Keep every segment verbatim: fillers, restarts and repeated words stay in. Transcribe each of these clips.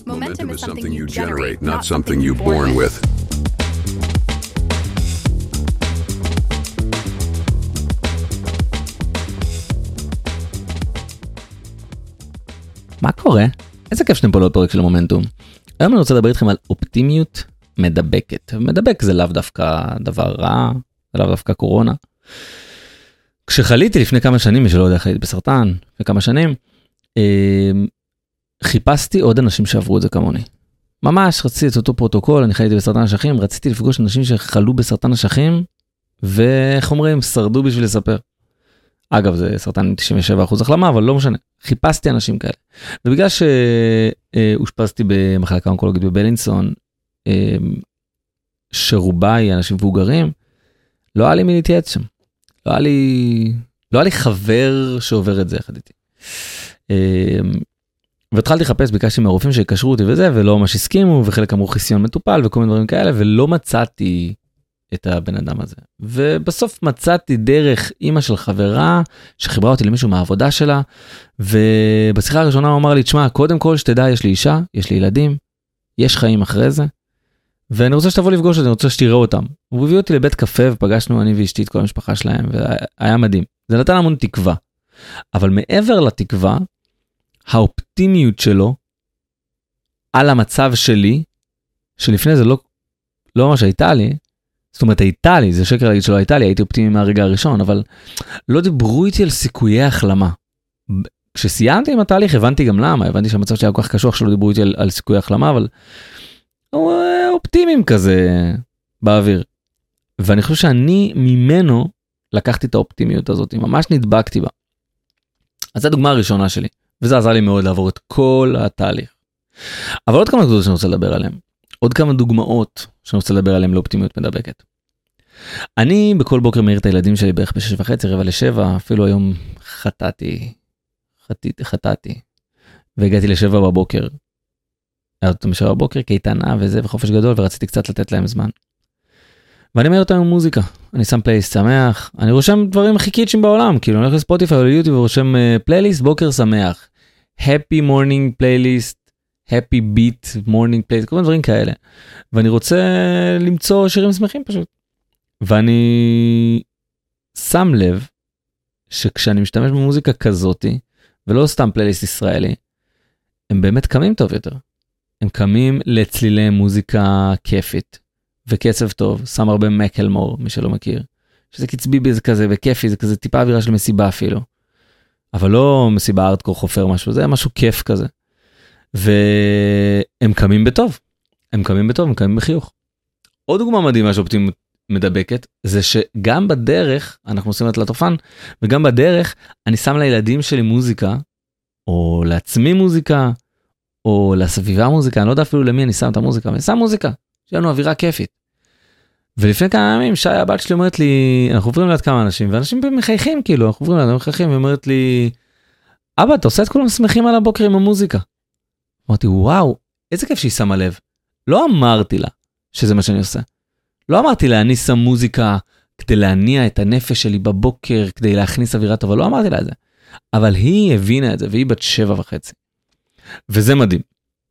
Momentum is something you generate, not something you're born with. מה קורה? איזה כיף שאתם פה לעוד פרק של מומנטום. היום אני רוצה לדבר איתכם על אופטימיות מדבקת. מדבק זה לאו דווקא דבר רע, זה לאו דווקא קורונה. כשחליתי לפני כמה שנים, מי שלא יודע, חליתי בסרטן, לפני כמה שנים, אה, חיפשתי עוד אנשים שעברו את זה כמוני. ממש רציתי את אותו פרוטוקול, אני חליתי בסרטן אשכים, רציתי לפגוש אנשים שחלו בסרטן אשכים, ואיך אומרים, שרדו בשביל לספר. אגב, זה סרטן תשעים ושבע אחוז החלמה, אבל לא משנה. חיפשתי אנשים כאלה. ובגלל שהושפזתי במחלקה אונקולוגית בבלינסון, שרובה היא אנשים מבוגרים, לא היה לי מי להתייעץ שם. לא היה לי, לא היה לי חבר שעובר את זה אחד איתי. והתחלתי לחפש, ביקשתי מהרופאים שיקשרו אותי וזה, ולא ממש הסכימו, וחלק אמרו חיסיון מטופל, וכל מיני דברים כאלה, ולא מצאתי את הבן אדם הזה. ובסוף מצאתי דרך אמא של חברה, שחיברה אותי למישהו מהעבודה שלה, ובשיחה הראשונה הוא אמר לי, תשמע, קודם כל שתדע, יש לי אישה, יש לי ילדים, יש חיים אחרי זה, ואני רוצה שתבוא לפגוש אותי, אני רוצה שתראה אותם. הוא הביא אותי לבית קפה, ופגשנו אני ואשתי את כל המשפחה שלהם, והיה מדהים. זה נתן המון תקווה. אבל מעבר לתקווה, האופטימיות שלו, על המצב שלי, שלפני זה לא, לא ממש הייתה לי, זאת אומרת, הייתה לי, זה שקר להגיד שלא הייתה לי, הייתי אופטימי מהרגע הראשון, אבל לא דיברו איתי על סיכויי החלמה. כשסיימתי עם התהליך, הבנתי גם למה, הבנתי שהמצב שהיה כל כך קשוח שלא דיברו איתי על, על סיכויי החלמה, אבל אופטימיים כזה באוויר. ואני חושב שאני ממנו לקחתי את האופטימיות הזאת, ממש נדבקתי בה. אז זו הדוגמה הראשונה שלי, וזה עזר לי מאוד לעבור את כל התהליך. אבל עוד כמה דוגמאות שאני רוצה לדבר עליהן. עוד כמה דוגמאות שאני רוצה לדבר עליהן לאופטימיות מדבקת. אני בכל בוקר מעיר את הילדים שלי בערך בשש וחצי, רבע לשבע, אפילו היום חטאתי, חטאתי, חטאתי, והגעתי לשבע בבוקר. היה אותם בשבע בבוקר, קייטנה וזה, וחופש גדול, ורציתי קצת לתת להם זמן. ואני מעיר אותם עם מוזיקה. אני שם פלייליסט שמח, אני רושם דברים הכי קיצ'ים בעולם, כאילו אני הולך לספוטיפיי או ליוטיוב ורושם פלייליסט בוקר שמח. Happy morning playlist. Happy beat, morning play, כל מיני דברים כאלה. ואני רוצה למצוא שירים שמחים פשוט. ואני שם לב שכשאני משתמש במוזיקה כזאתי, ולא סתם פלייליסט ישראלי, הם באמת קמים טוב יותר. הם קמים לצלילי מוזיקה כיפית, וקצב טוב, שם הרבה מקלמור, מי שלא מכיר. שזה קצבי בזה כזה, וכיפי, זה כזה טיפה אווירה של מסיבה אפילו. אבל לא מסיבה ארטקור חופר משהו, זה משהו כיף כזה. והם קמים בטוב, הם קמים בטוב, הם קמים בחיוך. עוד דוגמה מדהימה שאופטימיות מדבקת, זה שגם בדרך, אנחנו עושים את לטופן, וגם בדרך אני שם לילדים שלי מוזיקה, או לעצמי מוזיקה, או לסביבה מוזיקה, אני לא יודע אפילו למי אני שם את המוזיקה, אבל אני שם מוזיקה, שיש לנו אווירה כיפית. ולפני כמה ימים, שי הבת שלי אומרת לי, אנחנו עוברים ליד כמה אנשים, ואנשים מחייכים כאילו, אנחנו עוברים ליד מחייכים, ואומרת לי, אבא, אתה עושה את כולם שמחים על הבוקר עם המוזיקה. אמרתי, וואו, איזה כיף שהיא שמה לב. לא אמרתי לה שזה מה שאני עושה. לא אמרתי לה, אני שם מוזיקה כדי להניע את הנפש שלי בבוקר, כדי להכניס אווירה טובה, לא אמרתי לה את זה. אבל היא הבינה את זה, והיא בת שבע וחצי. וזה מדהים.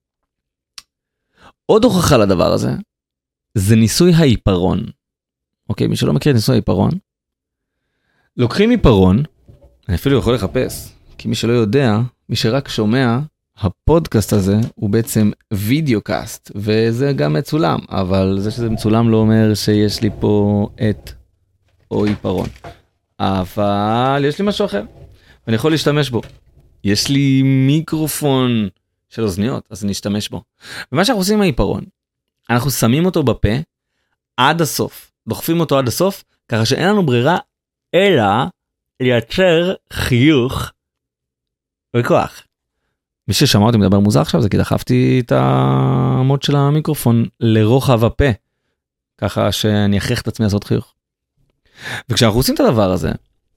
עוד הוכחה לדבר הזה, זה ניסוי העיפרון. אוקיי, מי שלא מכיר את ניסוי העיפרון, לוקחים עיפרון, אני אפילו יכול לחפש, כי מי שלא יודע, מי שרק שומע, הפודקאסט הזה הוא בעצם וידאו קאסט, וזה גם מצולם, אבל זה שזה מצולם לא אומר שיש לי פה את או עיפרון. אבל יש לי משהו אחר, ואני יכול להשתמש בו. יש לי מיקרופון של אוזניות, אז אני אשתמש בו. ומה שאנחנו עושים עם העיפרון, אנחנו שמים אותו בפה עד הסוף, דוחפים אותו עד הסוף, ככה שאין לנו ברירה, אלא לייצר חיוך וכוח. מי ששמע אותי מדבר מוזר עכשיו, זה כי דחפתי את העמוד של המיקרופון לרוחב הפה, ככה שאני אכריח את עצמי לעשות חיוך. וכשאנחנו עושים את הדבר הזה,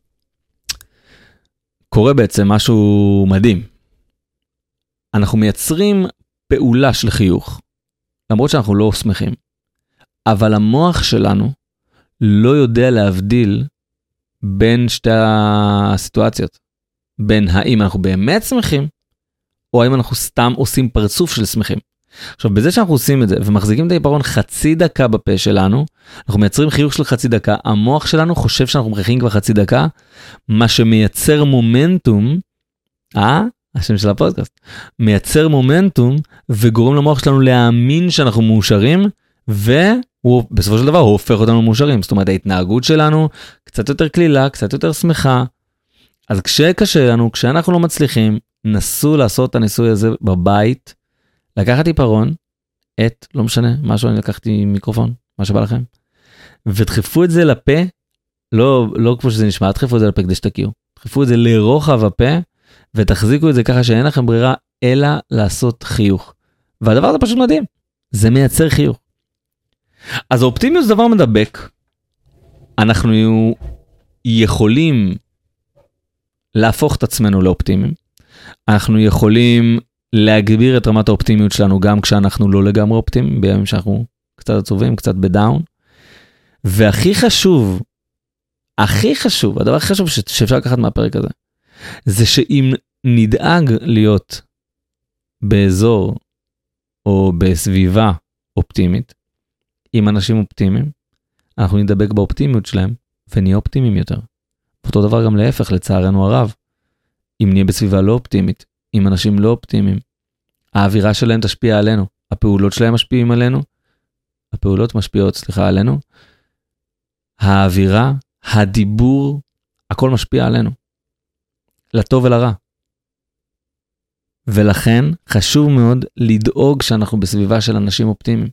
קורה בעצם משהו מדהים. אנחנו מייצרים פעולה של חיוך, למרות שאנחנו לא שמחים, אבל המוח שלנו לא יודע להבדיל בין שתי הסיטואציות, בין האם אנחנו באמת שמחים, או האם אנחנו סתם עושים פרצוף של שמחים. עכשיו, בזה שאנחנו עושים את זה, ומחזיקים את העיפרון חצי דקה בפה שלנו, אנחנו מייצרים חיוך של חצי דקה, המוח שלנו חושב שאנחנו מחייכים כבר חצי דקה, מה שמייצר מומנטום, אה? השם של הפודקאסט, מייצר מומנטום, וגורם למוח שלנו להאמין שאנחנו מאושרים, והוא, בסופו של דבר, הוא הופך אותנו מאושרים. זאת אומרת, ההתנהגות שלנו קצת יותר כלילה, קצת יותר שמחה. אז כשקשה לנו, כשאנחנו לא מצליחים, נסו לעשות את הניסוי הזה בבית, לקחת עיפרון, את, לא משנה, משהו, אני לקחתי מיקרופון, מה שבא לכם, ודחפו את זה לפה, לא, לא כמו שזה נשמע, דחפו את זה לפה כדי שתקיעו. דחפו את זה לרוחב הפה, ותחזיקו את זה ככה שאין לכם ברירה, אלא לעשות חיוך. והדבר הזה פשוט מדהים. זה מייצר חיוך. אז האופטימיות זה דבר מדבק. אנחנו יכולים להפוך את עצמנו לאופטימיים. אנחנו יכולים להגביר את רמת האופטימיות שלנו, גם כשאנחנו לא לגמרי אופטימיים, בימים שאנחנו קצת עצובים, קצת בדאון. והכי חשוב, הכי חשוב, הדבר הכי חשוב שאפשר לקחת מהפרק הזה, זה שאם נדאג להיות באזור או בסביבה אופטימית, עם אנשים אופטימיים, אנחנו נדבק באופטימיות שלהם, ונהיה אופטימיים יותר. אותו דבר גם להפך, לצערנו הרב. אם נהיה בסביבה לא אופטימית, עם אנשים לא אופטימיים, האווירה שלהם תשפיע עלינו, הפעולות שלהם משפיעים עלינו, הפעולות משפיעות, סליחה, עלינו, האווירה, הדיבור, הכל משפיע עלינו. לטוב ולרע. ולכן חשוב מאוד לדאוג שאנחנו בסביבה של אנשים אופטימיים.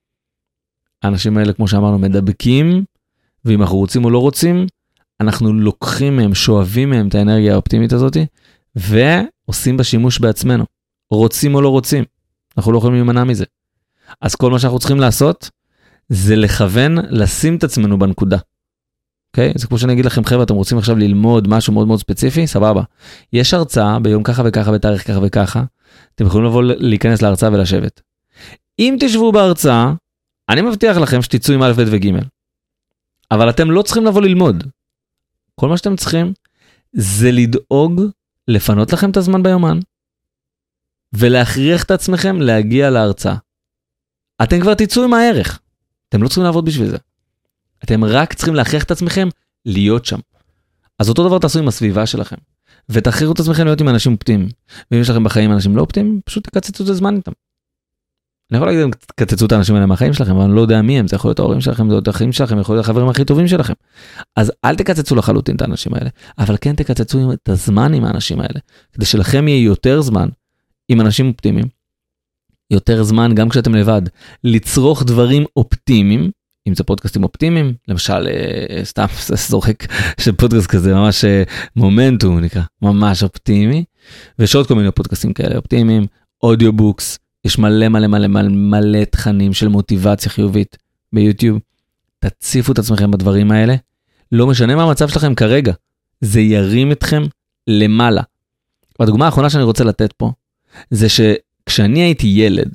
האנשים האלה, כמו שאמרנו, מדבקים, ואם אנחנו רוצים או לא רוצים, אנחנו לוקחים מהם, שואבים מהם את האנרגיה האופטימית הזאת, ועושים בה שימוש בעצמנו. רוצים או לא רוצים. אנחנו לא יכולים להימנע מזה. אז כל מה שאנחנו צריכים לעשות, זה לכוון, לשים את עצמנו בנקודה. אוקיי? זה כמו שאני אגיד לכם, חבר'ה, אתם רוצים עכשיו ללמוד משהו מאוד מאוד ספציפי? סבבה. יש הרצאה ביום ככה וככה, בתאריך ככה וככה, אתם יכולים לבוא להיכנס להרצאה ולשבת. אם תשבו בהרצאה, אני מבטיח לכם שתצאו עם א' ב' וג'. אבל אתם לא צריכים לבוא ללמוד. כל מה שאתם צריכים זה לדאוג, לפנות לכם את הזמן ביומן, ולהכריח את עצמכם להגיע להרצאה. אתם כבר תצאו עם הערך. אתם לא צריכים לעבוד בשביל זה. אתם רק צריכים להכריח את עצמכם להיות שם. אז אותו דבר תעשו עם הסביבה שלכם. ותכריחו את עצמכם להיות עם אנשים אופטימיים. ואם יש לכם בחיים אנשים לא אופטימיים, פשוט תקצצו את הזמן איתם. אני יכול להגיד, תקצצו את האנשים האלה מהחיים שלכם, אבל אני לא יודע מי הם, זה יכול להיות ההורים שלכם, זה יכול להיות האחים שלכם, יכול להיות החברים הכי טובים שלכם. אז אל תקצצו לחלוטין את האנשים האלה, אבל כן תקצצו את הזמן עם האנשים האלה, כדי שלכם יהיה יותר זמן עם אנשים אופטימיים, יותר זמן גם כשאתם לבד, לצרוך דברים אופטימיים, אם זה פודקאסטים אופטימיים, למשל, סתם זורק של פודקאסט כזה, ממש מומנטום נקרא, ממש אופטימי, ויש עוד כל מיני פודקאסטים כאלה אופטימיים, אודיובוקס, יש מלא מלא מלא מלא מלא תכנים של מוטיבציה חיובית ביוטיוב. תציפו את עצמכם בדברים האלה. לא משנה מה המצב שלכם כרגע. זה ירים אתכם למעלה. והדוגמה האחרונה שאני רוצה לתת פה, זה שכשאני הייתי ילד,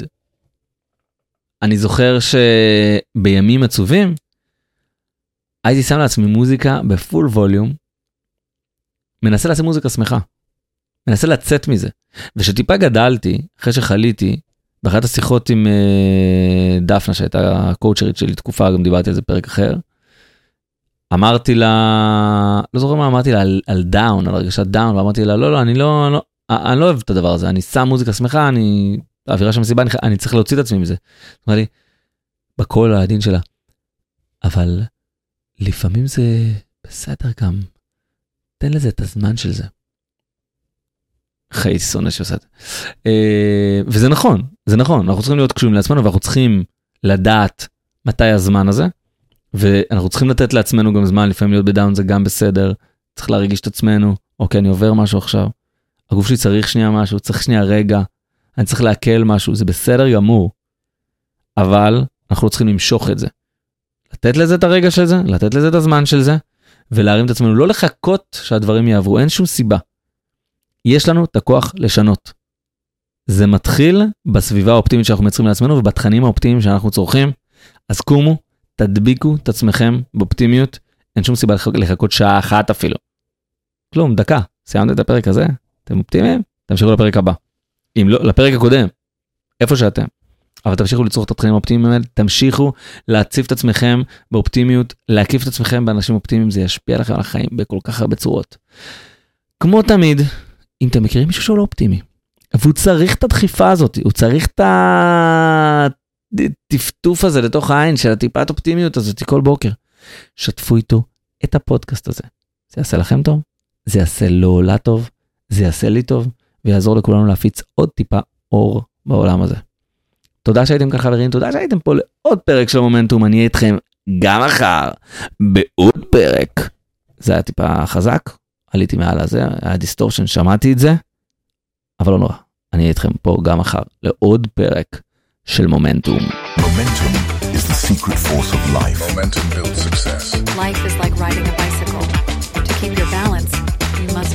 אני זוכר שבימים עצובים, הייתי שם לעצמי מוזיקה בפול ווליום, מנסה לעשות מוזיקה שמחה. מנסה לצאת מזה. ושטיפה גדלתי, אחרי שחליתי, באחת השיחות עם uh, דפנה, שהייתה הקואוצ'רית שלי תקופה, גם דיברתי על זה פרק אחר, אמרתי לה, לא זוכר מה אמרתי לה, על, על דאון, על הרגשת דאון, ואמרתי לה, לא, לא, אני לא, לא, אני לא אוהב את הדבר הזה, אני שם מוזיקה שמחה, אני, האווירה של מסיבה, אני, אני צריך להוציא את עצמי מזה. זאת אומרת לי, בקול העדין שלה, אבל לפעמים זה בסדר גם, תן לזה את הזמן של זה. חייתי שונא שעושה את זה. וזה נכון, זה נכון, אנחנו צריכים להיות קשורים לעצמנו, ואנחנו צריכים לדעת מתי הזמן הזה, ואנחנו צריכים לתת לעצמנו גם זמן, לפעמים להיות בדאון זה גם בסדר, צריך להרגיש את עצמנו, אוקיי, אני עובר משהו עכשיו, הגוף שלי צריך שנייה משהו, צריך שנייה רגע, אני צריך להקל משהו, זה בסדר גמור, אבל אנחנו לא צריכים למשוך את זה. לתת לזה את הרגע של זה, לתת לזה את הזמן של זה, ולהרים את עצמנו, לא לחכות שהדברים יעברו, אין שום סיבה. יש לנו את הכוח לשנות. זה מתחיל בסביבה האופטימית שאנחנו מייצרים לעצמנו, ובתכנים האופטימיים שאנחנו צורכים, אז קומו, תדביקו את עצמכם באופטימיות, אין שום סיבה לחכות שעה אחת אפילו. כלום, דקה, סיימת את הפרק הזה, אתם אופטימיים? תמשיכו לפרק הבא. אם לא, לפרק הקודם, איפה שאתם. אבל תמשיכו לצרוך את התכנים האופטימיים האלה, תמשיכו להציף את עצמכם באופטימיות, להקיף את עצמכם באנשים אופטימיים, זה ישפיע לכם על החיים בכל כך הרבה צורות. כמו תמיד, אם אתם מכירים מישהו שהוא לא אופטימי, והוא צריך את הדחיפה הזאת, הוא צריך את הטפטוף הזה לתוך העין של הטיפת אופטימיות הזאת כל בוקר, שתפו איתו את הפודקאסט הזה. זה יעשה לכם טוב, זה יעשה לו לה טוב, זה יעשה לי טוב, ויעזור לכולנו להפיץ עוד טיפה אור בעולם הזה. תודה שהייתם כאן חברים, תודה שהייתם פה לעוד פרק של מומנטום, אני אהיה איתכם גם מחר בעוד פרק. זה היה טיפה חזק, עליתי מעל הזה, היה דיסטורשן, שמעתי את זה, אבל לא נורא, אני אהיה איתכם פה גם מחר לעוד פרק של מומנטום. Momentum is the secret force of life. Momentum builds success. Life is like riding a bicycle. To keep your balance, you must